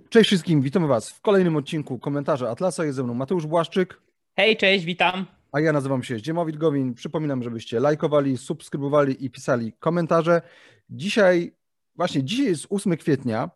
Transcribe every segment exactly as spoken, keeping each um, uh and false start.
Cześć wszystkim, witamy Was w kolejnym odcinku Komentarza Atlasa. Jest ze mną Mateusz Błaszczyk, Hej, cześć, witam. a ja nazywam się Zdziemowit Gowin. Przypominam, żebyście lajkowali, subskrybowali i pisali komentarze. Dzisiaj, właśnie dzisiaj jest ósmego kwietnia.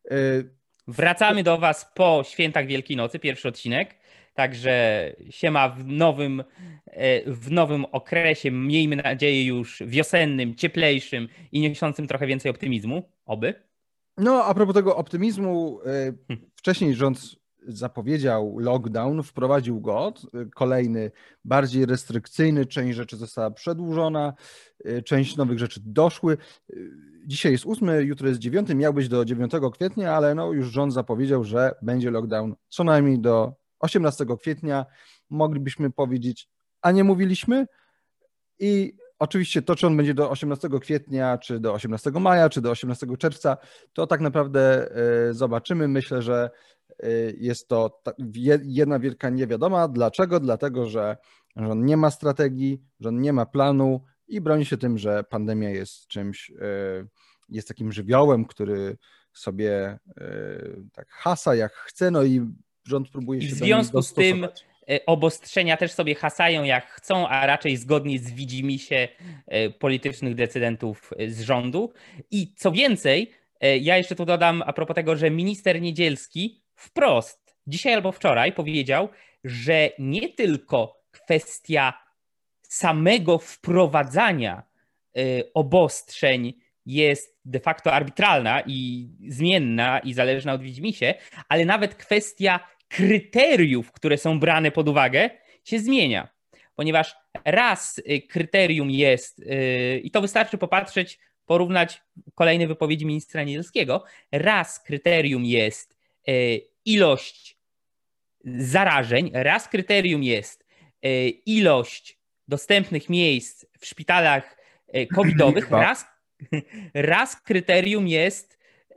Wracamy do Was po świętach Wielkiej Nocy, pierwszy odcinek. Także siema w nowym, e, w nowym okresie, miejmy nadzieję już wiosennym, cieplejszym i niosącym trochę więcej optymizmu. Oby. No, a propos tego optymizmu, Hm. wcześniej rząd zapowiedział lockdown, wprowadził go, kolejny, bardziej restrykcyjny, część rzeczy została przedłużona, część nowych rzeczy doszły. Dzisiaj jest ósmy, jutro jest dziewiąty, miał być do dziewiątego kwietnia, ale no już rząd zapowiedział, że będzie lockdown co najmniej do osiemnastego kwietnia. Moglibyśmy powiedzieć, a nie mówiliśmy. I oczywiście to, czy on będzie do osiemnastego kwietnia, czy do osiemnastego maja, czy do osiemnastego czerwca, to tak naprawdę zobaczymy. Myślę, że jest to jedna wielka niewiadoma. Dlaczego? Dlatego, że rząd nie ma strategii, rząd nie ma planu i broni się tym, że pandemia jest czymś, jest takim żywiołem, który sobie tak hasa jak chce, no i rząd próbuje I się w do niej związku z tym dostosować. e, obostrzenia też sobie hasają jak chcą, a raczej zgodnie z widzimisię e, politycznych decydentów e, z rządu. I co więcej, e, ja jeszcze tu dodam a propos tego, że minister Niedzielski wprost dzisiaj albo wczoraj powiedział, że nie tylko kwestia samego wprowadzania e, obostrzeń jest de facto arbitralna i zmienna i zależna od widzimisię, ale nawet kwestia kryteriów, które są brane pod uwagę, się zmienia. Ponieważ raz kryterium jest, i to wystarczy popatrzeć, porównać kolejne wypowiedzi ministra Niedzielskiego, raz kryterium jest ilość zarażeń, raz kryterium jest ilość dostępnych miejsc w szpitalach covidowych, raz, raz kryterium jest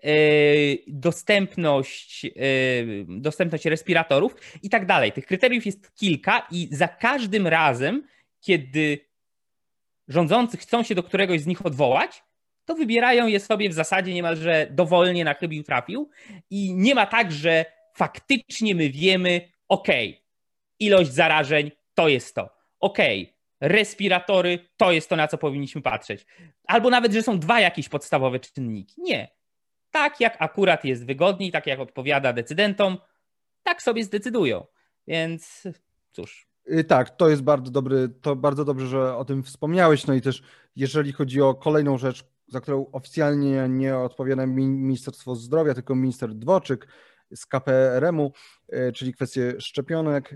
dostępność, dostępność respiratorów i tak dalej. Tych kryteriów jest kilka i za każdym razem, kiedy rządzący chcą się do któregoś z nich odwołać, to wybierają je sobie w zasadzie niemalże dowolnie na chybił trafił i nie ma tak, że faktycznie my wiemy, ok, ilość zarażeń to jest to, ok, respiratory to jest to, na co powinniśmy patrzeć. Albo nawet, że są dwa jakieś podstawowe czynniki. Nie. Tak jak akurat jest wygodniej, tak jak odpowiada decydentom, tak sobie zdecydują. Więc cóż. Tak, to jest bardzo dobry, to bardzo dobrze, że o tym wspomniałeś. No i też jeżeli chodzi o kolejną rzecz, za którą oficjalnie nie odpowiada Ministerstwo Zdrowia, tylko minister Dworczyk z K P R M u, czyli kwestie szczepionek,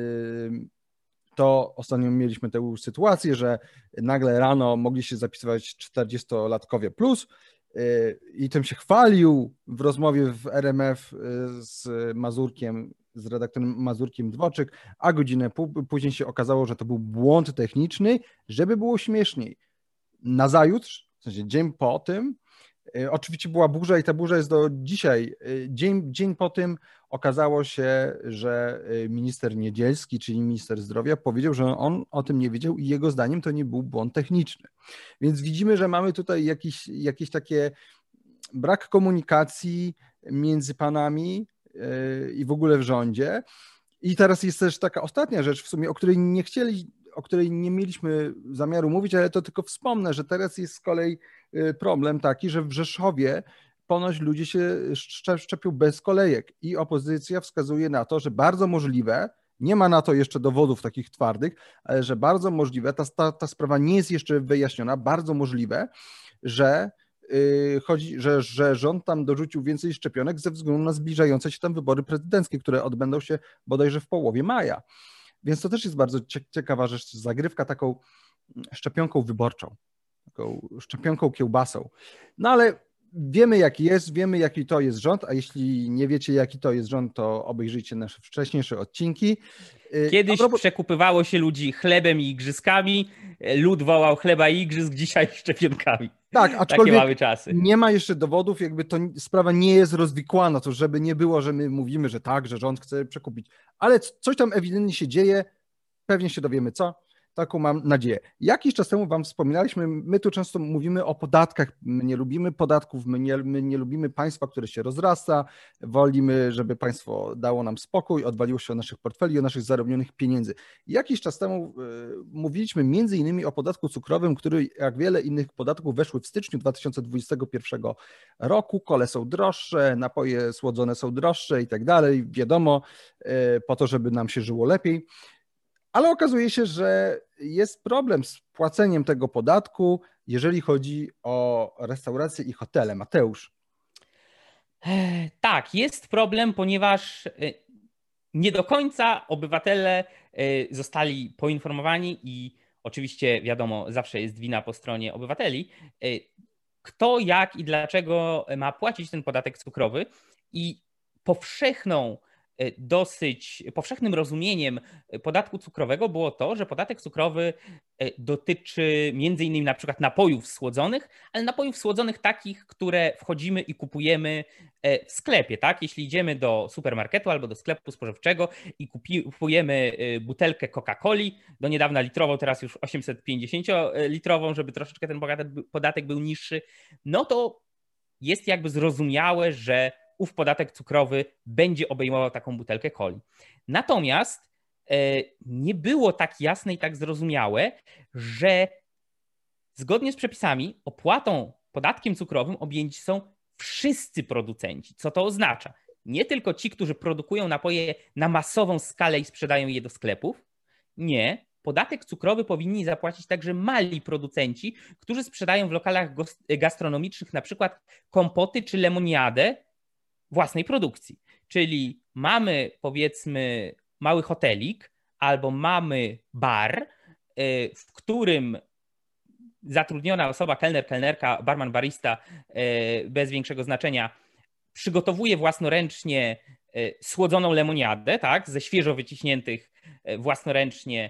to ostatnio mieliśmy tę sytuację, że nagle rano mogli się zapisywać czterdziestolatkowie plus i tym się chwalił w rozmowie w R M F z Mazurkiem, z redaktorem Mazurkiem Dworczyk, a godzinę później się okazało, że to był błąd techniczny, żeby było śmieszniej. Nazajutrz, w sensie dzień po tym, oczywiście była burza i ta burza jest do dzisiaj. Dzień, dzień po tym okazało się, że minister Niedzielski, czyli minister zdrowia, powiedział, że on o tym nie wiedział i jego zdaniem to nie był błąd techniczny. Więc widzimy, że mamy tutaj jakiś, jakieś takie brak komunikacji między panami i w ogóle w rządzie. I teraz jest też taka ostatnia rzecz w sumie, o której nie chcieli, o której nie mieliśmy zamiaru mówić, ale to tylko wspomnę, że teraz jest z kolei problem taki, że w Rzeszowie ponoć ludzie się szczepią bez kolejek i opozycja wskazuje na to, że bardzo możliwe, nie ma na to jeszcze dowodów takich twardych, ale że bardzo możliwe, ta, ta, ta sprawa nie jest jeszcze wyjaśniona, bardzo możliwe, że chodzi, że, że rząd tam dorzucił więcej szczepionek ze względu na zbliżające się tam wybory prezydenckie, które odbędą się bodajże w połowie maja. Więc to też jest bardzo ciekawa rzecz, zagrywka taką szczepionką wyborczą, taką szczepionką kiełbasą. No ale wiemy jaki jest, wiemy jaki to jest rząd, a jeśli nie wiecie jaki to jest rząd, to obejrzyjcie nasze wcześniejsze odcinki. Kiedyś propos... przekupywało się ludzi chlebem i igrzyskami, lud wołał chleba i igrzysk, dzisiaj szczepionkami. Tak, aczkolwiek takie małe czasy. Nie ma jeszcze dowodów, jakby to sprawa nie jest rozwikłana, to żeby nie było, że my mówimy, że tak, że rząd chce przekupić, ale coś tam ewidentnie się dzieje, pewnie się dowiemy co. Taką mam nadzieję. Jakiś czas temu wam wspominaliśmy, my tu często mówimy o podatkach, my nie lubimy podatków, my nie, my nie lubimy państwa, które się rozrasta, wolimy, żeby państwo dało nam spokój, odwaliło się od naszych portfeli, od naszych zarobionych pieniędzy. Jakiś czas temu y, mówiliśmy między innymi o podatku cukrowym, który jak wiele innych podatków weszły w styczniu dwa tysiące dwudziestego pierwszego roku, kole są droższe, napoje słodzone są droższe i tak dalej, wiadomo, y, po to, żeby nam się żyło lepiej. Ale okazuje się, że jest problem z płaceniem tego podatku, jeżeli chodzi o restauracje i hotele. Mateusz. Tak, jest problem, ponieważ nie do końca obywatele zostali poinformowani i oczywiście wiadomo, zawsze jest wina po stronie obywateli, kto, jak i dlaczego ma płacić ten podatek cukrowy i powszechną dosyć powszechnym rozumieniem podatku cukrowego było to, że podatek cukrowy dotyczy między innymi na przykład napojów słodzonych, ale napojów słodzonych takich, które wchodzimy i kupujemy w sklepie, tak? Jeśli idziemy do supermarketu albo do sklepu spożywczego i kupujemy butelkę Coca-Coli, do niedawna litrową, teraz już osiemset pięćdziesiąt litrową, żeby troszeczkę ten podatek był niższy, no to jest jakby zrozumiałe, że ów podatek cukrowy będzie obejmował taką butelkę coli. Natomiast nie było tak jasne i tak zrozumiałe, że zgodnie z przepisami opłatą, podatkiem cukrowym objęci są wszyscy producenci. Co to oznacza? Nie tylko ci, którzy produkują napoje na masową skalę i sprzedają je do sklepów. Nie. Podatek cukrowy powinni zapłacić także mali producenci, którzy sprzedają w lokalach gastronomicznych na przykład kompoty czy lemoniadę własnej produkcji. Czyli mamy, powiedzmy, mały hotelik albo mamy bar, w którym zatrudniona osoba, kelner, kelnerka, barman, barista, bez większego znaczenia, przygotowuje własnoręcznie słodzoną lemoniadę, tak, ze świeżo wyciśniętych własnoręcznie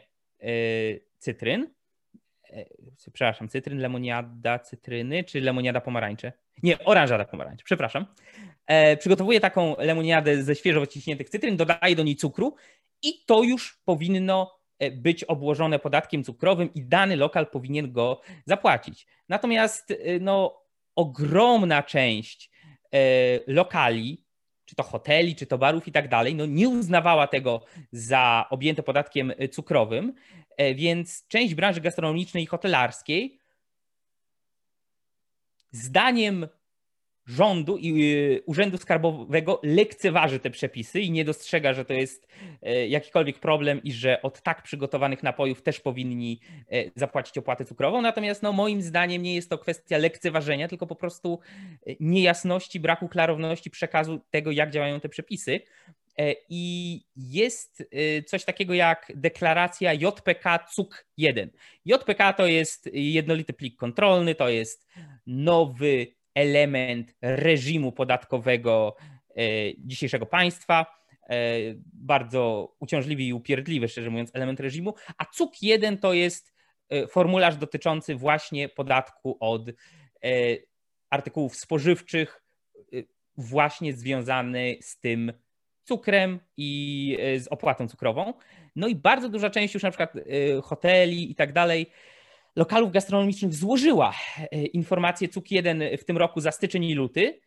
cytryn. Przepraszam, cytryn, lemoniada, cytryny, czy lemoniada pomarańcze? Nie, oranżada pomarańcze, przepraszam. E, przygotowuje taką lemoniadę ze świeżo wyciśniętych cytryn, dodaje do niej cukru i to już powinno być obłożone podatkiem cukrowym i dany lokal powinien go zapłacić. Natomiast no, ogromna część e, lokali, czy to hoteli, czy to barów i tak dalej, no nie uznawała tego za objęte podatkiem cukrowym, e, więc część branży gastronomicznej i hotelarskiej zdaniem rządu i Urzędu Skarbowego lekceważy te przepisy i nie dostrzega, że to jest jakikolwiek problem i że od tak przygotowanych napojów też powinni zapłacić opłatę cukrową. Natomiast no, moim zdaniem nie jest to kwestia lekceważenia, tylko po prostu niejasności, braku klarowności przekazu tego, jak działają te przepisy. I jest coś takiego jak deklaracja J P K C U K jeden. J P K to jest jednolity plik kontrolny, to jest nowy element reżimu podatkowego dzisiejszego państwa, bardzo uciążliwy i upierdliwy, szczerze mówiąc, element reżimu, a C U K jeden to jest formularz dotyczący właśnie podatku od artykułów spożywczych, właśnie związany z tym cukrem i z opłatą cukrową. No i bardzo duża część już na przykład hoteli i tak dalej, lokalów gastronomicznych złożyła informację C U K jeden w tym roku za styczeń i luty.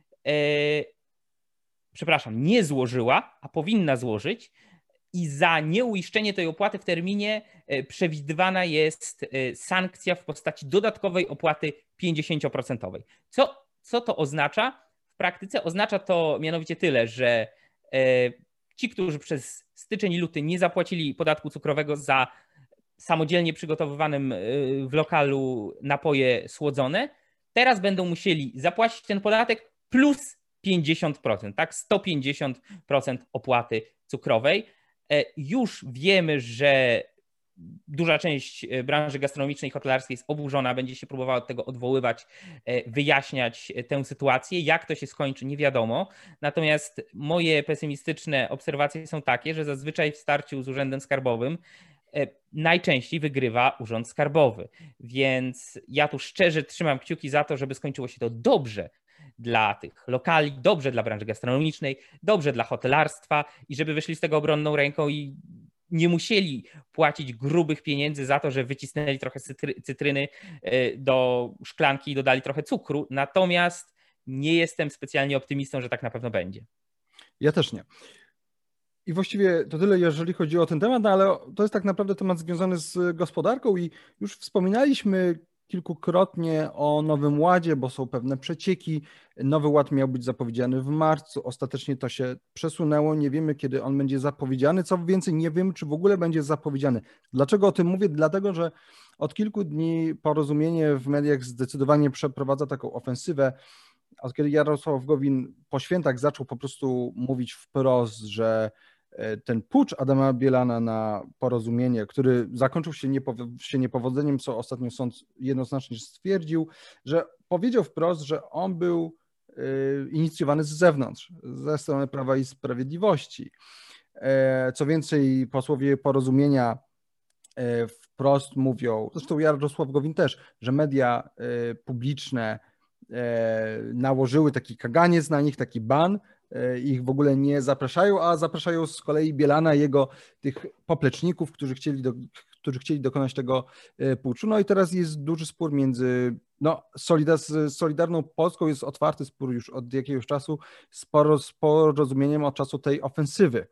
Przepraszam, nie złożyła, a powinna złożyć i za nieuiszczenie tej opłaty w terminie przewidywana jest sankcja w postaci dodatkowej opłaty pięćdziesiąt procent. Co, co to oznacza? W praktyce oznacza to mianowicie tyle, że ci, którzy przez styczeń i luty nie zapłacili podatku cukrowego za samodzielnie przygotowywanym w lokalu napoje słodzone, teraz będą musieli zapłacić ten podatek plus pięćdziesiąt procent, tak? sto pięćdziesiąt procent opłaty cukrowej. Już wiemy, że duża część branży gastronomicznej i hotelarskiej jest oburzona, będzie się próbowała od tego odwoływać, wyjaśniać tę sytuację. Jak to się skończy, nie wiadomo. Natomiast moje pesymistyczne obserwacje są takie, że zazwyczaj w starciu z Urzędem Skarbowym najczęściej wygrywa Urząd Skarbowy. Więc ja tu szczerze trzymam kciuki za to, żeby skończyło się to dobrze dla tych lokali, dobrze dla branży gastronomicznej, dobrze dla hotelarstwa i żeby wyszli z tego obronną ręką i nie musieli płacić grubych pieniędzy za to, że wycisnęli trochę cytry, cytryny do szklanki i dodali trochę cukru. Natomiast nie jestem specjalnie optymistą, że tak na pewno będzie. Ja też nie. I właściwie to tyle, jeżeli chodzi o ten temat, no ale to jest tak naprawdę temat związany z gospodarką i już wspominaliśmy kilkukrotnie o Nowym Ładzie, bo są pewne przecieki. Nowy Ład miał być zapowiedziany w marcu, ostatecznie to się przesunęło, nie wiemy, kiedy on będzie zapowiedziany, co więcej, nie wiemy, czy w ogóle będzie zapowiedziany. Dlaczego o tym mówię? Dlatego, że od kilku dni Porozumienie w mediach zdecydowanie przeprowadza taką ofensywę. Od kiedy Jarosław Gowin po świętach zaczął po prostu mówić wprost, że ten pucz Adama Bielana na Porozumienie, który zakończył się, niepow- się niepowodzeniem, co ostatnio sąd jednoznacznie stwierdził, że powiedział wprost, że on był y, inicjowany z zewnątrz, ze strony Prawa i Sprawiedliwości. E, co więcej, posłowie Porozumienia e, wprost mówią, zresztą Jarosław Gowin też, że media e, publiczne e, nałożyły taki kaganiec na nich, taki ban, ich w ogóle nie zapraszają, a zapraszają z kolei Bielana i jego tych popleczników, którzy chcieli, do, którzy chcieli dokonać tego puczu. No i teraz jest duży spór między, no Solidar, z Solidarną Polską jest otwarty spór już od jakiegoś czasu, sporo, z porozumieniem od czasu tej ofensywy.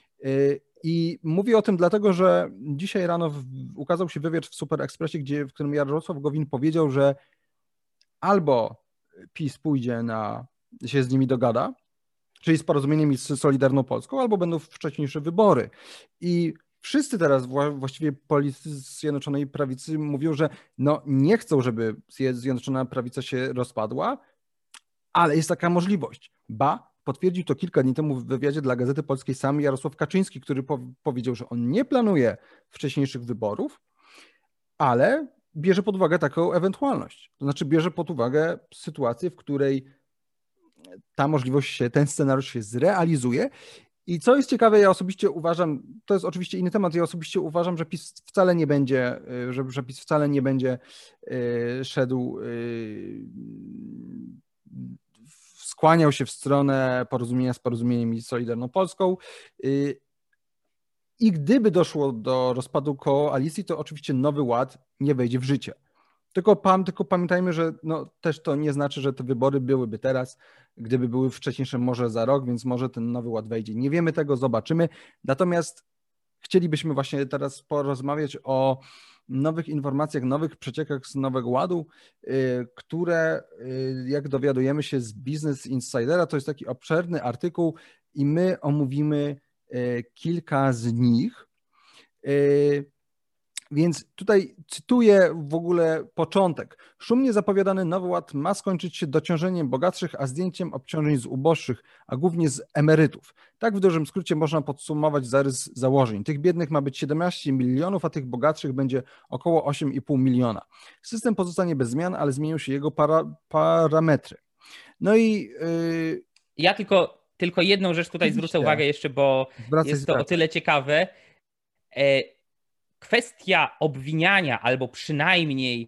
I mówię o tym dlatego, że dzisiaj rano w, ukazał się wywiad w Super Expressie, gdzie, w którym Jarosław Gowin powiedział, że albo PiS pójdzie na, się z nimi dogada, czyli z porozumieniem z Solidarną Polską, albo będą wcześniejsze wybory. I wszyscy teraz właściwie politycy Zjednoczonej Prawicy mówią, że no nie chcą, żeby Zjednoczona Prawica się rozpadła, ale jest taka możliwość. Ba, potwierdził to kilka dni temu w wywiadzie dla Gazety Polskiej sam Jarosław Kaczyński, który po- powiedział, że on nie planuje wcześniejszych wyborów, ale bierze pod uwagę taką ewentualność. To znaczy bierze pod uwagę sytuację, w której ta możliwość się, ten scenariusz się zrealizuje. I co jest ciekawe, ja osobiście uważam, to jest oczywiście inny temat, ja osobiście uważam, że PiS wcale nie będzie, że, że PiS wcale nie będzie szedł, skłaniał się w stronę porozumienia z Porozumieniem i Solidarną Polską. I gdyby doszło do rozpadu koalicji, to oczywiście Nowy Ład nie wejdzie w życie. Tylko, pam, tylko pamiętajmy, że no, też to nie znaczy, że te wybory byłyby teraz, gdyby były wcześniejsze może za rok, więc może ten Nowy Ład wejdzie. Nie wiemy tego, zobaczymy. Natomiast chcielibyśmy właśnie teraz porozmawiać o nowych informacjach, nowych przeciekach z Nowego Ładu, yy, które yy, jak dowiadujemy się z Business Insidera, to jest taki obszerny artykuł i my omówimy yy, kilka z nich. Yy, Więc tutaj cytuję w ogóle początek. Szumnie zapowiadany Nowy Ład ma skończyć się dociążeniem bogatszych, a zdjęciem obciążeń z uboższych, a głównie z emerytów. Tak w dużym skrócie można podsumować zarys założeń. Tych biednych ma być siedemnaście milionów, a tych bogatszych będzie około osiem i pół miliona. System pozostanie bez zmian, ale zmienią się jego para parametry. No i... Yy... Ja tylko, tylko jedną rzecz tutaj Oczywiście. zwrócę uwagę jeszcze, bo zwracaj, jest to zwracaj. o tyle ciekawe. E Kwestia obwiniania albo przynajmniej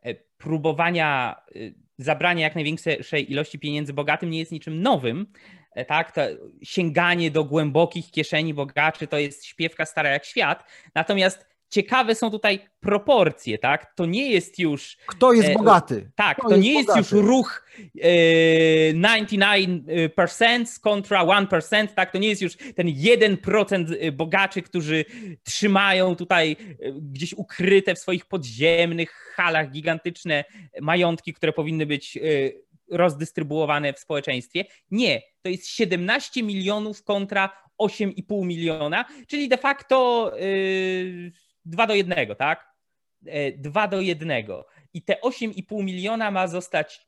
próbowania zabrania jak największej ilości pieniędzy bogatym nie jest niczym nowym. Tak? To sięganie do głębokich kieszeni bogaczy to jest śpiewka stara jak świat. Natomiast ciekawe są tutaj proporcje, tak? To nie jest już... Kto jest bogaty? Tak, Kto to jest nie jest bogaty? już ruch dziewięćdziesiąt dziewięć procent kontra jeden procent, tak? To nie jest już ten jeden procent bogaczy, którzy trzymają tutaj gdzieś ukryte w swoich podziemnych halach gigantyczne majątki, które powinny być rozdystrybuowane w społeczeństwie. Nie, to jest siedemnaście milionów kontra osiem i pół miliona, czyli de facto yy, dwa do jednego, tak? dwa do jednego. I te osiem i pół miliona ma zostać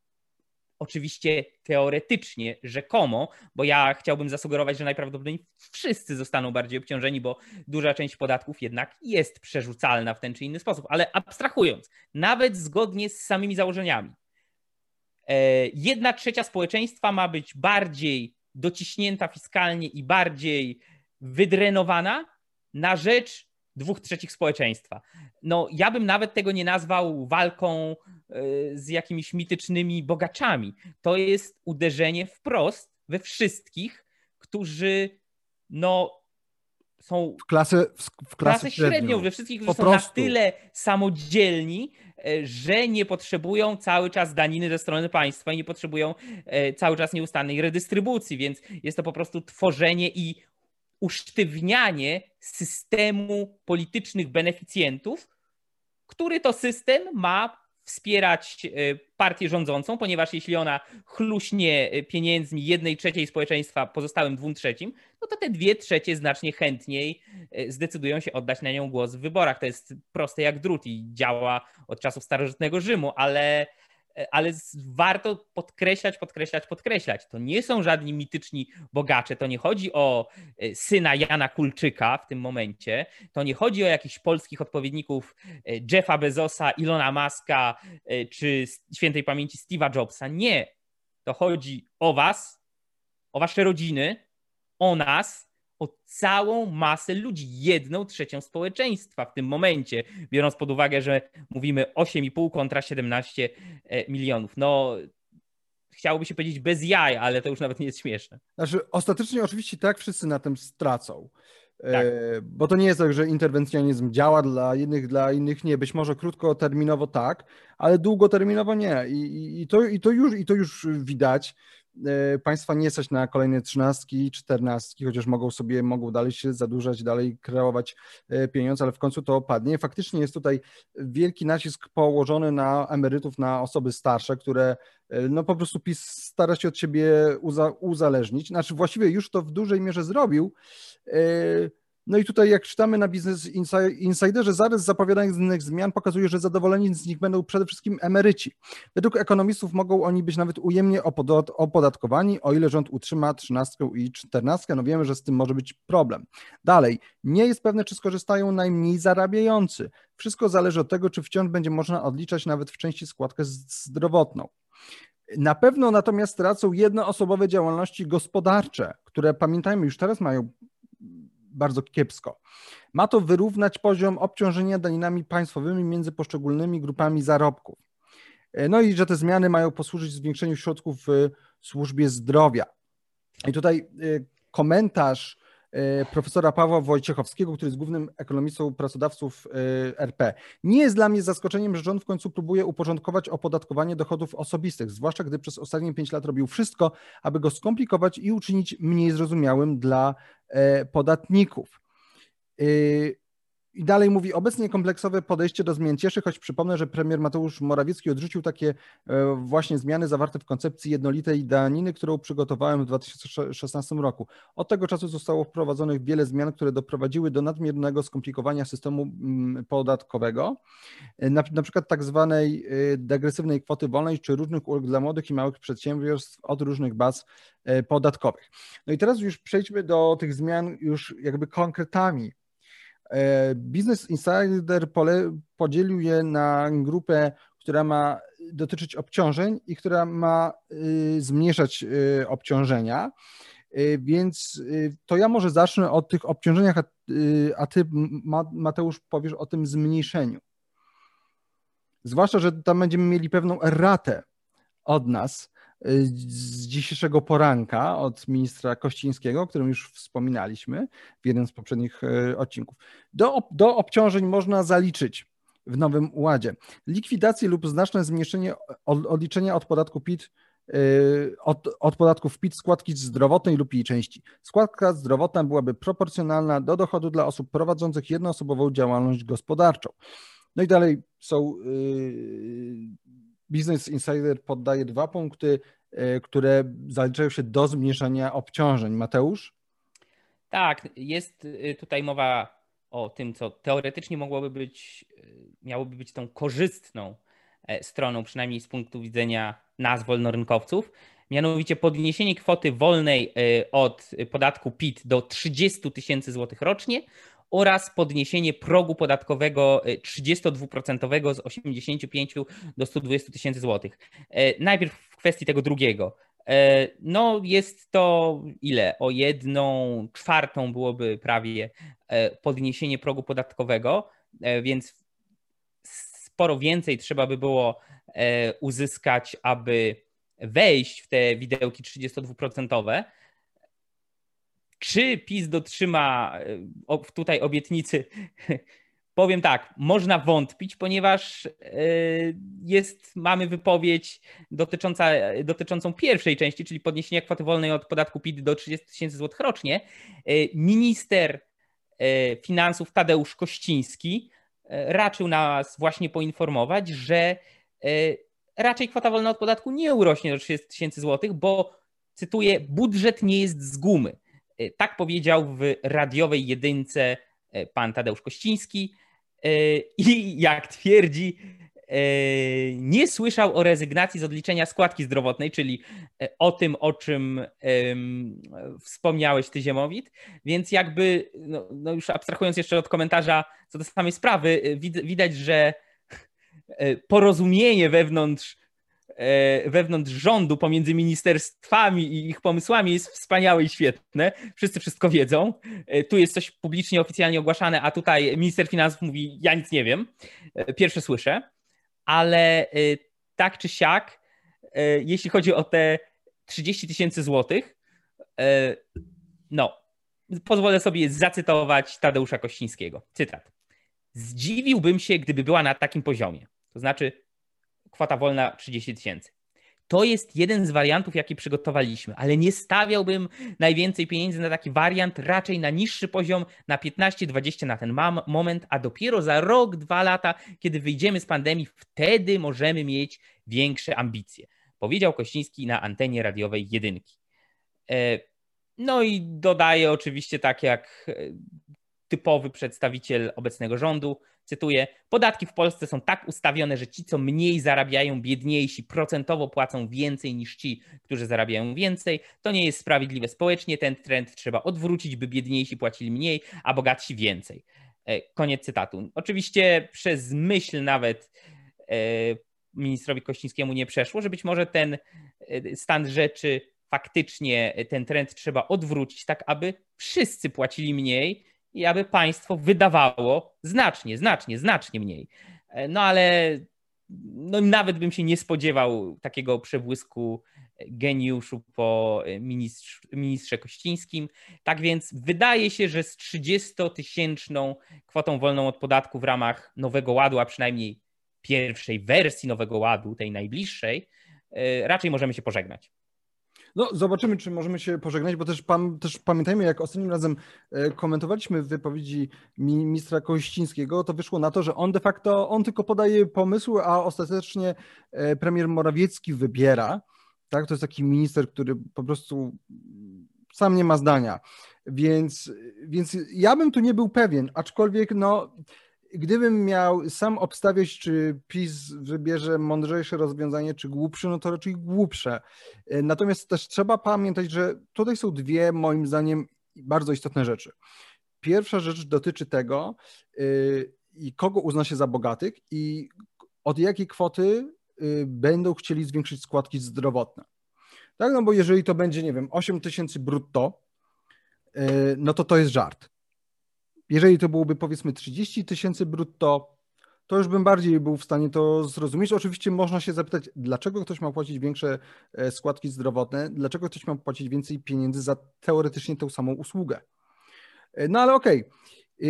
oczywiście teoretycznie, rzekomo, bo ja chciałbym zasugerować, że najprawdopodobniej wszyscy zostaną bardziej obciążeni, bo duża część podatków jednak jest przerzucalna w ten czy inny sposób. Ale abstrahując, nawet zgodnie z samymi założeniami, jedna trzecia społeczeństwa ma być bardziej dociśnięta fiskalnie i bardziej wydrenowana na rzecz dwóch trzecich społeczeństwa. No, ja bym nawet tego nie nazwał walką z jakimiś mitycznymi bogaczami. To jest uderzenie wprost we wszystkich, którzy no, są w klasę, w klasę, klasę średnią, średnią, we wszystkich, którzy po są prostu. na tyle samodzielni, że nie potrzebują cały czas daniny ze strony państwa i nie potrzebują cały czas nieustannej redystrybucji, więc jest to po prostu tworzenie i usztywnianie systemu politycznych beneficjentów, który to system ma wspierać partię rządzącą, ponieważ jeśli ona chluśnie pieniędzmi jednej trzeciej społeczeństwa pozostałym dwóm trzecim, no to te dwie trzecie znacznie chętniej zdecydują się oddać na nią głos w wyborach. To jest proste jak drut i działa od czasów starożytnego Rzymu, ale ale warto podkreślać, podkreślać, podkreślać. To nie są żadni mityczni bogacze, to nie chodzi o syna Jana Kulczyka w tym momencie, to nie chodzi o jakichś polskich odpowiedników Jeffa Bezosa, Ilona Muska czy świętej pamięci Steve'a Jobsa. Nie. To chodzi o was, o wasze rodziny, o nas, o całą masę ludzi, jedną trzecią społeczeństwa w tym momencie, biorąc pod uwagę, że mówimy osiem i pół kontra siedemnaście milionów. No, chciałoby się powiedzieć bez jaj, ale to już nawet nie jest śmieszne. Znaczy, ostatecznie oczywiście tak wszyscy na tym stracą. Tak. Bo to nie jest tak, że interwencjonizm działa dla jednych, dla innych nie. Być może krótkoterminowo tak, ale długoterminowo nie. I, i, i, to, i, to, już, i to już widać. Państwa nie stać na kolejne trzynastki, czternastki, chociaż mogą sobie, mogą dalej się zadłużać, dalej kreować pieniądze, ale w końcu to opadnie. Faktycznie jest tutaj wielki nacisk położony na emerytów, na osoby starsze, które no po prostu PiS stara się od siebie uza, uzależnić. Znaczy właściwie już to w dużej mierze zrobił. No i tutaj jak czytamy na Business Insiderze, zarys zapowiadanych zmian pokazuje, że zadowoleni z nich będą przede wszystkim emeryci. Według ekonomistów mogą oni być nawet ujemnie opodatkowani, o ile rząd utrzyma trzynastkę i czternastkę. No wiemy, że z tym może być problem. Dalej, nie jest pewne, czy skorzystają najmniej zarabiający. Wszystko zależy od tego, czy wciąż będzie można odliczać nawet w części składkę zdrowotną. Na pewno natomiast stracą jednoosobowe działalności gospodarcze, które pamiętajmy już teraz mają bardzo kiepsko. Ma to wyrównać poziom obciążenia daninami państwowymi między poszczególnymi grupami zarobków. No i że te zmiany mają posłużyć zwiększeniu środków w służbie zdrowia. I tutaj komentarz profesora Pawła Wojciechowskiego, który jest głównym ekonomistą pracodawców R P. Nie jest dla mnie zaskoczeniem, że rząd w końcu próbuje uporządkować opodatkowanie dochodów osobistych, zwłaszcza gdy przez ostatnie pięć lat robił wszystko, aby go skomplikować i uczynić mniej zrozumiałym dla podatników. I dalej mówi, obecnie kompleksowe podejście do zmian cieszy, choć przypomnę, że premier Mateusz Morawiecki odrzucił takie właśnie zmiany zawarte w koncepcji jednolitej daniny, którą przygotowałem w dwa tysiące szesnastym roku. Od tego czasu zostało wprowadzonych wiele zmian, które doprowadziły do nadmiernego skomplikowania systemu podatkowego, na, na przykład tak zwanej degresywnej kwoty wolnej, czy różnych ulg dla młodych i małych przedsiębiorstw od różnych baz podatkowych. No i teraz już przejdźmy do tych zmian już jakby konkretami. Business Insider pole, podzielił je na grupę, która ma dotyczyć obciążeń i która ma y, zmniejszać y, obciążenia, y, więc y, to ja może zacznę od tych obciążeniach, a, y, a ty, Mateusz, powiesz o tym zmniejszeniu. Zwłaszcza, że tam będziemy mieli pewną ratę od nas z dzisiejszego poranka od ministra Kościńskiego, o którym już wspominaliśmy w jednym z poprzednich odcinków. Do, do obciążeń można zaliczyć w Nowym Ładzie likwidację lub znaczne zmniejszenie odliczenia od podatku P I T, od, od podatków P I T składki zdrowotnej lub jej części. Składka zdrowotna byłaby proporcjonalna do dochodu dla osób prowadzących jednoosobową działalność gospodarczą. No i dalej są Business Insider poddaje dwa punkty, które zaliczają się do zmniejszania obciążeń. Mateusz? Tak, jest tutaj mowa o tym, co teoretycznie mogłoby być, miałoby być tą korzystną stroną, przynajmniej z punktu widzenia nas, wolnorynkowców, mianowicie podniesienie kwoty wolnej od podatku P I T do trzydzieści tysięcy złotych rocznie oraz podniesienie progu podatkowego trzydziestodwuprocentowego z osiemdziesięciu pięciu do stu dwudziestu tysięcy złotych. Najpierw w kwestii tego drugiego. No jest to ile? O jedną czwartą byłoby prawie podniesienie progu podatkowego, więc sporo więcej trzeba by było uzyskać, aby wejść w te widełki trzydziestodwuprocentowe. Czy PiS dotrzyma tutaj obietnicy? Powiem tak, można wątpić, ponieważ jest, mamy wypowiedź dotycząca, dotyczącą pierwszej części, czyli podniesienia kwoty wolnej od podatku P I T do trzydzieści tysięcy złotych rocznie. Minister finansów Tadeusz Kościński raczył nas właśnie poinformować, że raczej kwota wolna od podatku nie urośnie do trzydziestu tysięcy złotych, bo, cytuję, budżet nie jest z gumy. Tak powiedział w radiowej jedynce pan Tadeusz Kościński i jak twierdzi, nie słyszał o rezygnacji z odliczenia składki zdrowotnej, czyli o tym, o czym wspomniałeś ty, Ziemowit, więc jakby, no, no już abstrahując jeszcze od komentarza co do samej sprawy, widać, że porozumienie wewnątrz wewnątrz rządu pomiędzy ministerstwami i ich pomysłami jest wspaniałe i świetne. Wszyscy wszystko wiedzą. Tu jest coś publicznie, oficjalnie ogłaszane, a tutaj minister finansów mówi, ja nic nie wiem. Pierwsze słyszę. Ale tak czy siak, jeśli chodzi o te trzydzieści tysięcy złotych, no, pozwolę sobie zacytować Tadeusza Kościńskiego. Cytat. Zdziwiłbym się, gdyby była na takim poziomie. To znaczy kwota wolna trzydzieści tysięcy. To jest jeden z wariantów, jaki przygotowaliśmy, ale nie stawiałbym najwięcej pieniędzy na taki wariant, raczej na niższy poziom, na piętnaście dwadzieścia na ten moment, a dopiero za rok, dwa lata, kiedy wyjdziemy z pandemii, wtedy możemy mieć większe ambicje. Powiedział Kościński na antenie radiowej jedynki. No i dodaje oczywiście tak jak typowy przedstawiciel obecnego rządu, cytuję, podatki w Polsce są tak ustawione, że ci, co mniej zarabiają, biedniejsi, procentowo płacą więcej niż ci, którzy zarabiają więcej. To nie jest sprawiedliwe społecznie, ten trend trzeba odwrócić, by biedniejsi płacili mniej, a bogatsi więcej. Koniec cytatu. Oczywiście przez myśl nawet ministrowi Kościńskiemu nie przeszło, że być może ten stan rzeczy, faktycznie ten trend trzeba odwrócić tak, aby wszyscy płacili mniej, i aby państwo wydawało znacznie, znacznie, znacznie mniej. No ale no, nawet bym się nie spodziewał takiego przebłysku geniuszu po ministrze, ministrze Kościńskim. Tak więc wydaje się, że z trzydziestotysięczną kwotą wolną od podatku w ramach Nowego Ładu, a przynajmniej pierwszej wersji Nowego Ładu, tej najbliższej, raczej możemy się pożegnać. No, zobaczymy, czy możemy się pożegnać, bo też, pam, też pamiętajmy, jak ostatnim razem komentowaliśmy wypowiedzi ministra Kościńskiego, to wyszło na to, że on de facto, on tylko podaje pomysły, a ostatecznie premier Morawiecki wybiera. Tak? To jest taki minister, który po prostu sam nie ma zdania. Więc, więc ja bym tu nie był pewien, aczkolwiek no... Gdybym miał sam obstawiać, czy PiS wybierze mądrzejsze rozwiązanie, czy głupsze, no to raczej głupsze. Natomiast też trzeba pamiętać, że tutaj są dwie, moim zdaniem, bardzo istotne rzeczy. Pierwsza rzecz dotyczy tego, i kogo uzna się za bogatych i od jakiej kwoty będą chcieli zwiększyć składki zdrowotne. Tak, no bo jeżeli to będzie, nie wiem, osiem tysięcy brutto, no to to jest żart. Jeżeli to byłoby powiedzmy trzydzieści tysięcy brutto, to już bym bardziej był w stanie to zrozumieć. Oczywiście można się zapytać, dlaczego ktoś ma płacić większe składki zdrowotne, dlaczego ktoś ma płacić więcej pieniędzy za teoretycznie tę samą usługę. No ale okej. Okay.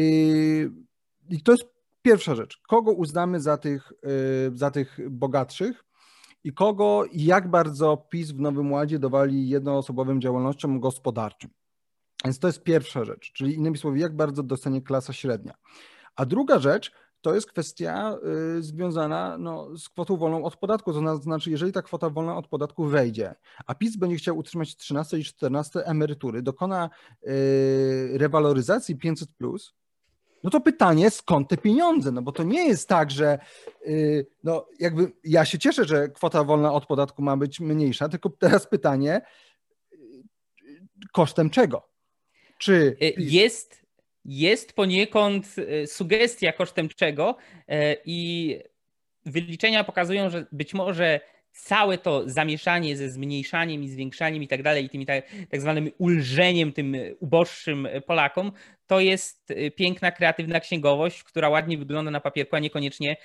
I to jest pierwsza rzecz. Kogo uznamy za tych, za tych bogatszych i kogo i jak bardzo PiS w Nowym Ładzie dowali jednoosobowym działalnościom gospodarczym. Więc to jest pierwsza rzecz, czyli innymi słowy, jak bardzo dostanie klasa średnia. A druga rzecz to jest kwestia y, związana no, z kwotą wolną od podatku, to znaczy, jeżeli ta kwota wolna od podatku wejdzie, a PiS będzie chciał utrzymać trzynaste i czternaste emerytury, dokona y, rewaloryzacji pięćset plus, no to pytanie, skąd te pieniądze? No bo to nie jest tak, że y, no jakby ja się cieszę, że kwota wolna od podatku ma być mniejsza, tylko teraz pytanie, y, kosztem czego? Czy jest, jest poniekąd sugestia kosztem czego i wyliczenia pokazują, że być może całe to zamieszanie ze zmniejszaniem i zwiększaniem i tak dalej, i tymi tak, tak zwanym ulżeniem tym uboższym Polakom, to jest piękna, kreatywna księgowość, która ładnie wygląda na papierku, a niekoniecznie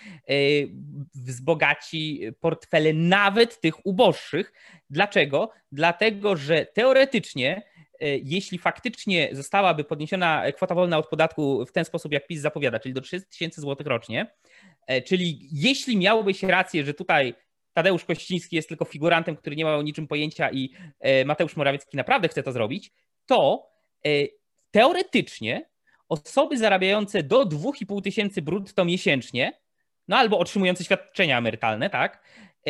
wzbogaci portfele nawet tych uboższych. Dlaczego? Dlatego, że teoretycznie jeśli faktycznie zostałaby podniesiona kwota wolna od podatku w ten sposób, jak PiS zapowiada, czyli do trzysta tysięcy złotych rocznie, czyli jeśli miałobyś rację, że tutaj Tadeusz Kościński jest tylko figurantem, który nie ma o niczym pojęcia i Mateusz Morawiecki naprawdę chce to zrobić, to teoretycznie osoby zarabiające do dwa i pół tysięcy brutto miesięcznie, no albo otrzymujące świadczenia emerytalne, tak,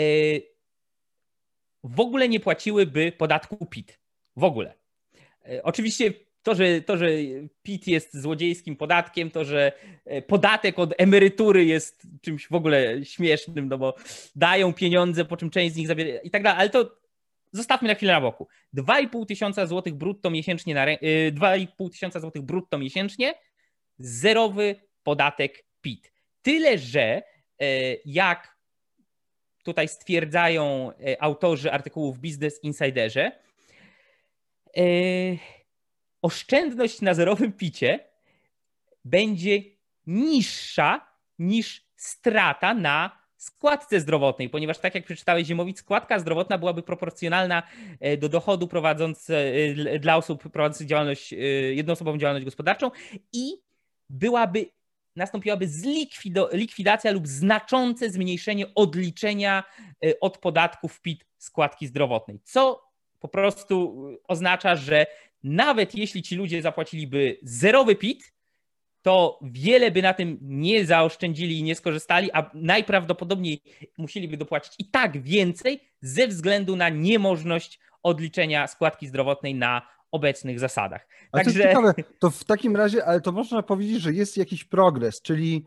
w ogóle nie płaciłyby podatku P I T. W ogóle. Oczywiście to, że, to, że P I T jest złodziejskim podatkiem, to, że podatek od emerytury jest czymś w ogóle śmiesznym, no bo dają pieniądze, po czym część z nich zabiera i tak dalej, ale to zostawmy na chwilę na boku. dwa i pół tysiąca złotych brutto miesięcznie, na, dwa i pół tysiąca złotych brutto miesięcznie, zerowy podatek P I T. Tyle, że jak tutaj stwierdzają autorzy artykułu w Business Insiderze, oszczędność na zerowym picie będzie niższa niż strata na składce zdrowotnej, ponieważ tak jak przeczytałeś, Ziemowit, składka zdrowotna byłaby proporcjonalna do dochodu prowadząc, dla osób prowadzących działalność, jednoosobową działalność gospodarczą i byłaby, nastąpiłaby likwidacja lub znaczące zmniejszenie odliczenia od podatków P I T składki zdrowotnej, co po prostu oznacza, że nawet jeśli ci ludzie zapłaciliby zerowy P I T, to wiele by na tym nie zaoszczędzili i nie skorzystali, a najprawdopodobniej musieliby dopłacić i tak więcej ze względu na niemożność odliczenia składki zdrowotnej na obecnych zasadach. Ale Także... to jest ciekawe, to w takim razie, ale to można powiedzieć, że jest jakiś progres, czyli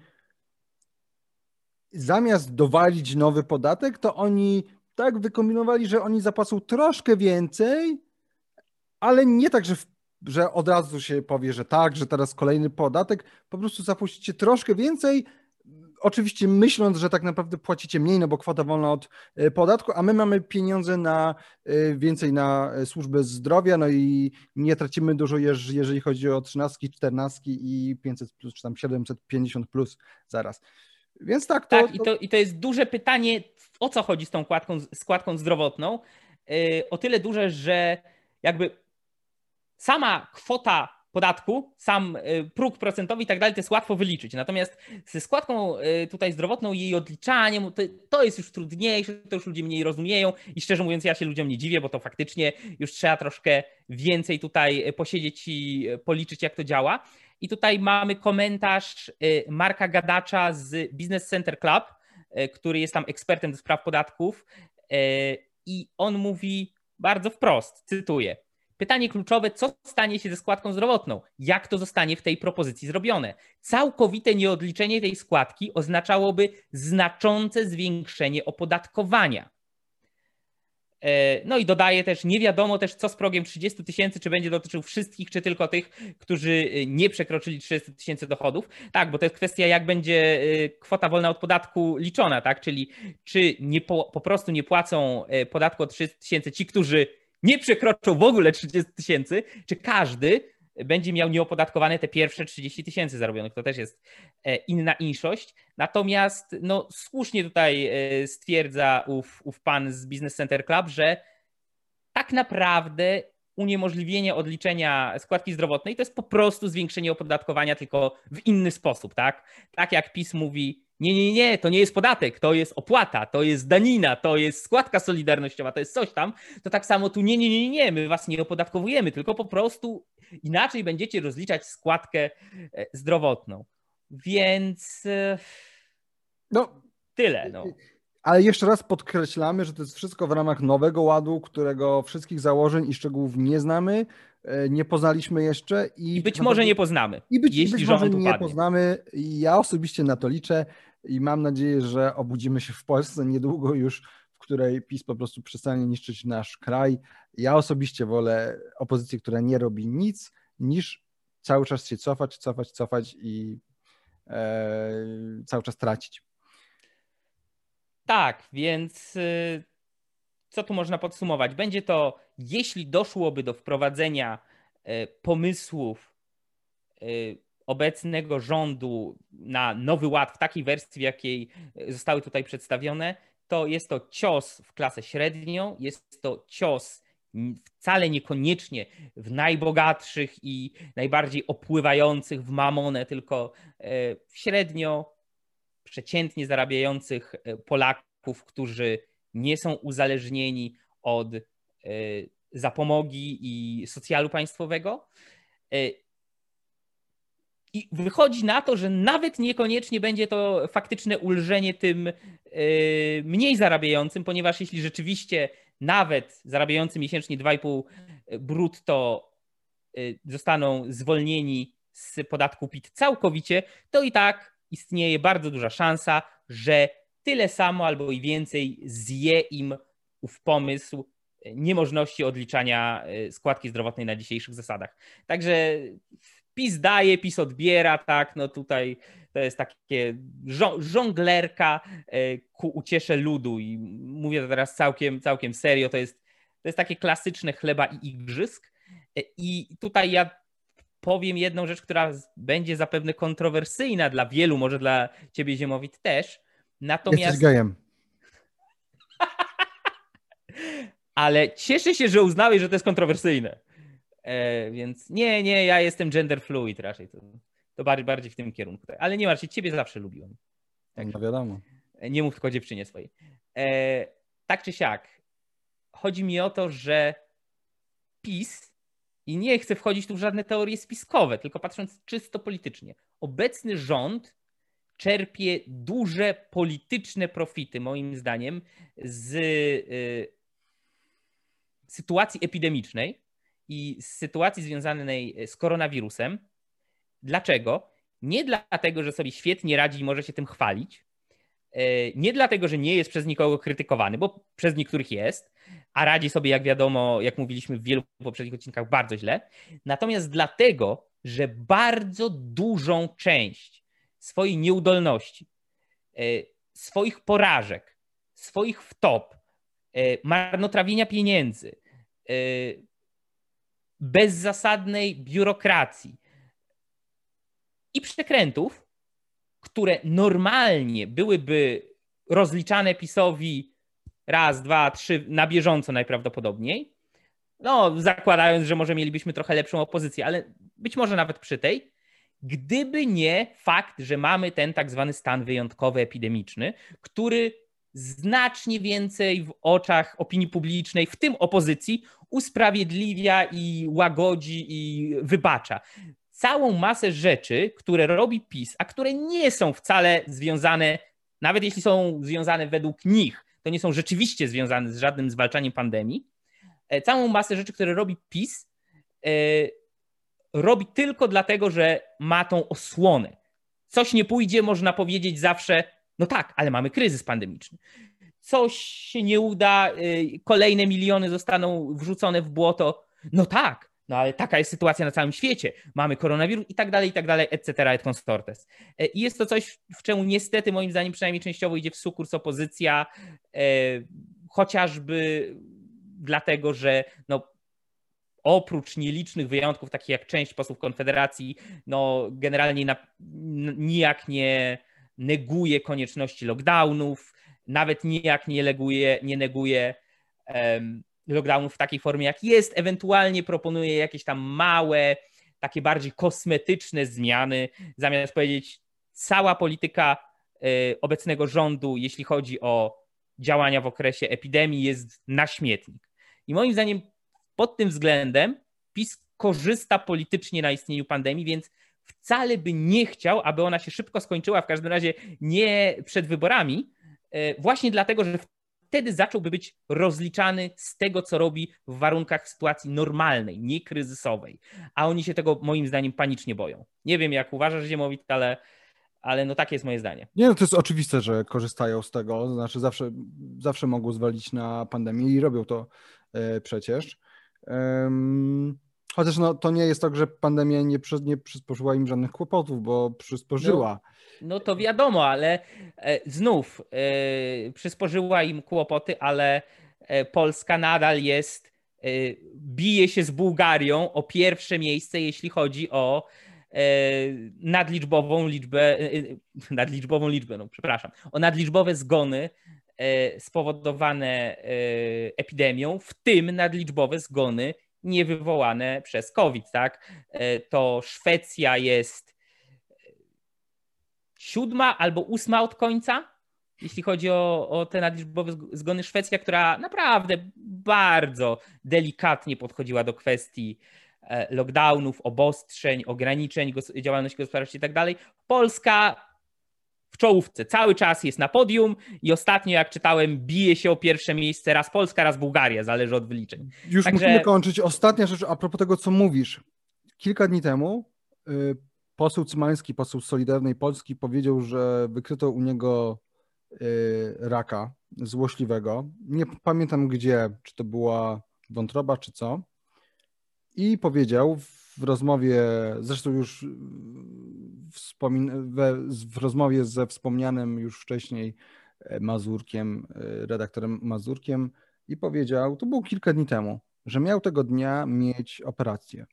zamiast dowalić nowy podatek, to oni tak wykombinowali, że oni zapłacą troszkę więcej, ale nie tak, że, w, że od razu się powie, że tak, że teraz kolejny podatek, po prostu zapłacicie troszkę więcej, oczywiście myśląc, że tak naprawdę płacicie mniej, no bo kwota wolna od podatku, a my mamy pieniądze na więcej na służbę zdrowia, no i nie tracimy dużo, jeżeli chodzi o trzynastki, czternastki i pięćset plus, czy tam siedemset pięćdziesiąt plus zaraz. Więc tak, to... Tak, to... I, to, i to jest duże pytanie, o co chodzi z tą składką, składką zdrowotną. O tyle duże, że jakby sama kwota podatku, sam próg procentowy i tak dalej, to jest łatwo wyliczyć. Natomiast ze składką tutaj zdrowotną i jej odliczaniem, to, to jest już trudniejsze, to już ludzie mniej rozumieją i szczerze mówiąc ja się ludziom nie dziwię, bo to faktycznie już trzeba troszkę więcej tutaj posiedzieć i policzyć, jak to działa. I tutaj mamy komentarz Marka Gadacza z Business Center Club, który jest tam ekspertem do spraw podatków i on mówi bardzo wprost, cytuję: pytanie kluczowe, co stanie się ze składką zdrowotną? Jak to zostanie w tej propozycji zrobione? Całkowite nieodliczenie tej składki oznaczałoby znaczące zwiększenie opodatkowania. No i dodaje też, nie wiadomo też, co z progiem trzydzieści tysięcy, czy będzie dotyczył wszystkich, czy tylko tych, którzy nie przekroczyli trzydzieści tysięcy dochodów. Tak, bo to jest kwestia, jak będzie kwota wolna od podatku liczona, tak? Czyli czy nie po, po prostu nie płacą podatku od trzydziestu tysięcy ci, którzy nie przekroczą w ogóle trzydziestu tysięcy, czy każdy będzie miał nieopodatkowane te pierwsze trzydzieści tysięcy zarobionych. To też jest inna inszość. Natomiast no, słusznie tutaj stwierdza ów, ów pan z Business Center Club, że tak naprawdę uniemożliwienie odliczenia składki zdrowotnej to jest po prostu zwiększenie opodatkowania, tylko w inny sposób. Tak, tak jak PiS mówi, nie, nie, nie, to nie jest podatek, to jest opłata, to jest danina, to jest składka solidarnościowa, to jest coś tam, to tak samo tu nie, nie, nie, nie, my was nie opodatkowujemy, tylko po prostu inaczej będziecie rozliczać składkę zdrowotną. Więc no tyle. No. Ale jeszcze raz podkreślamy, że to jest wszystko w ramach nowego ładu, którego wszystkich założeń i szczegółów nie znamy, nie poznaliśmy jeszcze. I, I być może nie poznamy, I być, jeśli być rząd może nie upadnie. poznamy. Ja osobiście na to liczę i mam nadzieję, że obudzimy się w Polsce niedługo już, w której PiS po prostu przestanie niszczyć nasz kraj. Ja osobiście wolę opozycję, która nie robi nic, niż cały czas się cofać, cofać, cofać i e, cały czas tracić. Tak, więc co tu można podsumować? Będzie to, jeśli doszłoby do wprowadzenia pomysłów obecnego rządu na nowy ład w takiej wersji, w jakiej zostały tutaj przedstawione, to jest to cios w klasę średnią, jest to cios wcale niekoniecznie w najbogatszych i najbardziej opływających w mamonę, tylko w średnio przeciętnie zarabiających Polaków, którzy nie są uzależnieni od zapomogi i socjalu państwowego. I wychodzi na to, że nawet niekoniecznie będzie to faktyczne ulżenie tym mniej zarabiającym, ponieważ jeśli rzeczywiście nawet zarabiający miesięcznie dwa i pół brutto zostaną zwolnieni z podatku P I T całkowicie, to i tak istnieje bardzo duża szansa, że tyle samo albo i więcej zje im ów pomysł niemożności odliczania składki zdrowotnej na dzisiejszych zasadach. Także PiS daje, PiS odbiera, tak, no tutaj to jest takie żonglerka ku uciesze ludu i mówię to teraz całkiem, całkiem serio, to jest, to jest takie klasyczne chleba i igrzysk i tutaj ja powiem jedną rzecz, która będzie zapewne kontrowersyjna dla wielu, może dla ciebie, Ziemowit, też, natomiast... Jesteś gejem. Ale cieszę się, że uznałeś, że to jest kontrowersyjne. E, więc nie, nie, ja jestem gender fluid raczej. To, to bardziej, bardziej w tym kierunku. Ale nie martw się, ciebie zawsze lubiłem. Tak, no wiadomo. Nie mów tylko dziewczynie swojej. E, tak czy siak, chodzi mi o to, że PiS, i nie chcę wchodzić tu w żadne teorie spiskowe, tylko patrząc czysto politycznie, obecny rząd czerpie duże polityczne profity, moim zdaniem, z y, sytuacji epidemicznej i z sytuacji związanej z koronawirusem. Dlaczego? Nie dlatego, że sobie świetnie radzi i może się tym chwalić. Nie dlatego, że nie jest przez nikogo krytykowany, bo przez niektórych jest, a radzi sobie, jak wiadomo, jak mówiliśmy w wielu poprzednich odcinkach, bardzo źle. Natomiast dlatego, że bardzo dużą część swojej nieudolności, swoich porażek, swoich wtop, marnotrawienia pieniędzy, bezzasadnej biurokracji i przekrętów, które normalnie byłyby rozliczane PiS-owi raz, dwa, trzy na bieżąco najprawdopodobniej, no zakładając, że może mielibyśmy trochę lepszą opozycję, ale być może nawet przy tej, gdyby nie fakt, że mamy ten tak zwany stan wyjątkowy epidemiczny, który znacznie więcej w oczach opinii publicznej, w tym opozycji, usprawiedliwia i łagodzi i wybacza całą masę rzeczy, które robi PiS, a które nie są wcale związane, nawet jeśli są związane według nich, to nie są rzeczywiście związane z żadnym zwalczaniem pandemii. Całą masę rzeczy, które robi PiS, robi tylko dlatego, że ma tą osłonę. Coś nie pójdzie, można powiedzieć zawsze, no tak, ale mamy kryzys pandemiczny. Coś się nie uda, kolejne miliony zostaną wrzucone w błoto. No tak, no ale taka jest sytuacja na całym świecie. Mamy koronawirus i tak dalej, i tak dalej, et cetera, et consortes. I jest to coś, w czemu niestety moim zdaniem przynajmniej częściowo idzie w sukurs opozycja, chociażby dlatego, że no, oprócz nielicznych wyjątków, takich jak część posłów Konfederacji, no generalnie na, nijak nie neguje konieczności lockdownów, nawet nijak nie neguje, nie neguje um, lockdownów w takiej formie, jak jest, ewentualnie proponuje jakieś tam małe, takie bardziej kosmetyczne zmiany, zamiast powiedzieć, cała polityka y, obecnego rządu, jeśli chodzi o działania w okresie epidemii, jest na śmietnik. I moim zdaniem pod tym względem PiS korzysta politycznie na istnieniu pandemii, więc wcale by nie chciał, aby ona się szybko skończyła, w każdym razie nie przed wyborami, właśnie dlatego, że wtedy zacząłby być rozliczany z tego, co robi w warunkach sytuacji normalnej, nie kryzysowej. A oni się tego moim zdaniem panicznie boją. Nie wiem, jak uważasz, Ziemowit, ale, ale no takie jest moje zdanie. Nie, no to jest oczywiste, że korzystają z tego, to znaczy zawsze, zawsze mogą zwalić na pandemię i robią to e, przecież. Um, chociaż no, to nie jest tak, że pandemia nie, przy, nie przysporzyła im żadnych kłopotów, bo przysporzyła. No, no to wiadomo, ale e, znów e, przysporzyła im kłopoty, ale e, Polska nadal jest, e, bije się z Bułgarią o pierwsze miejsce, jeśli chodzi o e, nadliczbową liczbę, e, nadliczbową liczbę, no przepraszam, o nadliczbowe zgony spowodowane epidemią, w tym nadliczbowe zgony niewywołane przez COVID, tak? To Szwecja jest siódma albo ósma od końca, jeśli chodzi o, o te nadliczbowe zgony. Szwecja, która naprawdę bardzo delikatnie podchodziła do kwestii lockdownów, obostrzeń, ograniczeń działalności gospodarczej i tak dalej. Polska w czołówce, cały czas jest na podium i ostatnio, jak czytałem, bije się o pierwsze miejsce raz Polska, raz Bułgaria, zależy od wyliczeń. Już Także... musimy kończyć. Ostatnia rzecz, a propos tego, co mówisz. Kilka dni temu y, poseł Cymański, poseł Solidarnej Polski powiedział, że wykryto u niego y, raka złośliwego. Nie pamiętam gdzie, czy to była wątroba, czy co. I powiedział w rozmowie, zresztą już wspomin- we, w rozmowie ze wspomnianym już wcześniej Mazurkiem, redaktorem Mazurkiem, i powiedział, to było kilka dni temu, że miał tego dnia mieć operację,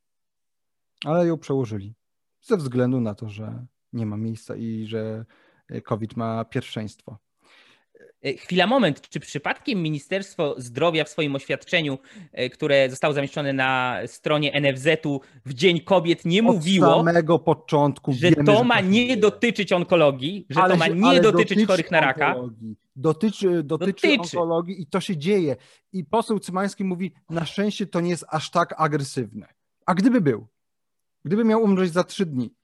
ale ją przełożyli ze względu na to, że nie ma miejsca i że COVID ma pierwszeństwo. Chwila, moment. Czy przypadkiem Ministerstwo Zdrowia w swoim oświadczeniu, które zostało zamieszczone na stronie N F Z-u w Dzień Kobiet, nie Od mówiło, samego początku że wiemy, to że ma to nie dzieje. dotyczyć onkologii, że ale to ma się, nie dotyczyć dotyczy chorych na raka? Onkologii. Dotyczy, dotyczy, dotyczy onkologii i to się dzieje. I poseł Cymański mówi, na szczęście to nie jest aż tak agresywne. A gdyby był? Gdyby miał umrzeć za trzy dni?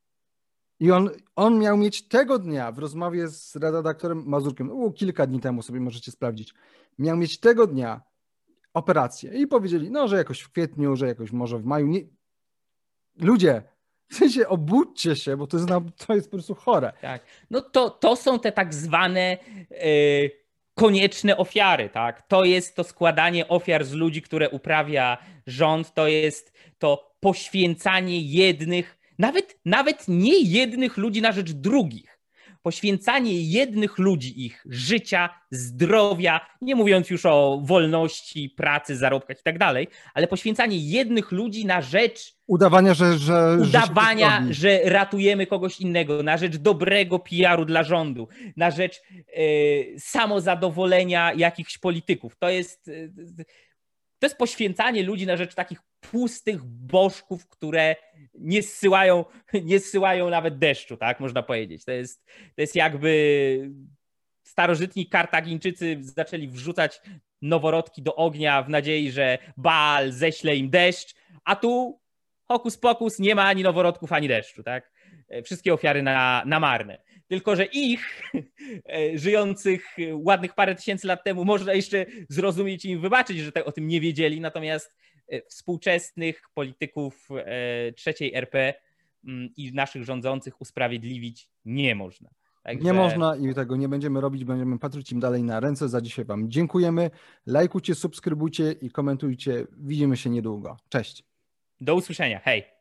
I on, on miał mieć tego dnia w rozmowie z redaktorem Mazurkiem, było kilka dni temu, sobie możecie sprawdzić, miał mieć tego dnia operację i powiedzieli, no, że jakoś w kwietniu, że jakoś może w maju. Nie... Ludzie, w sensie obudźcie się, bo to jest, to jest po prostu chore. Tak, no to, to są te tak zwane yy, konieczne ofiary, tak? To jest to składanie ofiar z ludzi, które uprawia rząd, to jest to poświęcanie jednych, Nawet, nawet nie jednych ludzi na rzecz drugich. Poświęcanie jednych ludzi, ich życia, zdrowia, nie mówiąc już o wolności, pracy, zarobkach i tak dalej, ale poświęcanie jednych ludzi na rzecz udawania, że, że, udawania, że, że ratujemy kogoś innego, na rzecz dobrego P R u dla rządu, na rzecz y, samozadowolenia jakichś polityków. To jest... Y, To jest poświęcanie ludzi na rzecz takich pustych bożków, które nie zsyłają, nie zsyłają nawet deszczu, tak można powiedzieć. To jest, to jest jakby starożytni Kartagińczycy zaczęli wrzucać noworodki do ognia w nadziei, że Baal ześle im deszcz, a tu hokus pokus, nie ma ani noworodków, ani deszczu, tak? Wszystkie ofiary na, na marne. Tylko że ich, żyjących ładnych parę tysięcy lat temu, można jeszcze zrozumieć i im wybaczyć, że te, o tym nie wiedzieli, natomiast współczesnych polityków trzeciej R P i naszych rządzących usprawiedliwić nie można. Także... Nie można i tego nie będziemy robić, będziemy patrzeć im dalej na ręce. Za dzisiaj wam dziękujemy. Lajkujcie, subskrybujcie i komentujcie. Widzimy się niedługo. Cześć. Do usłyszenia. Hej.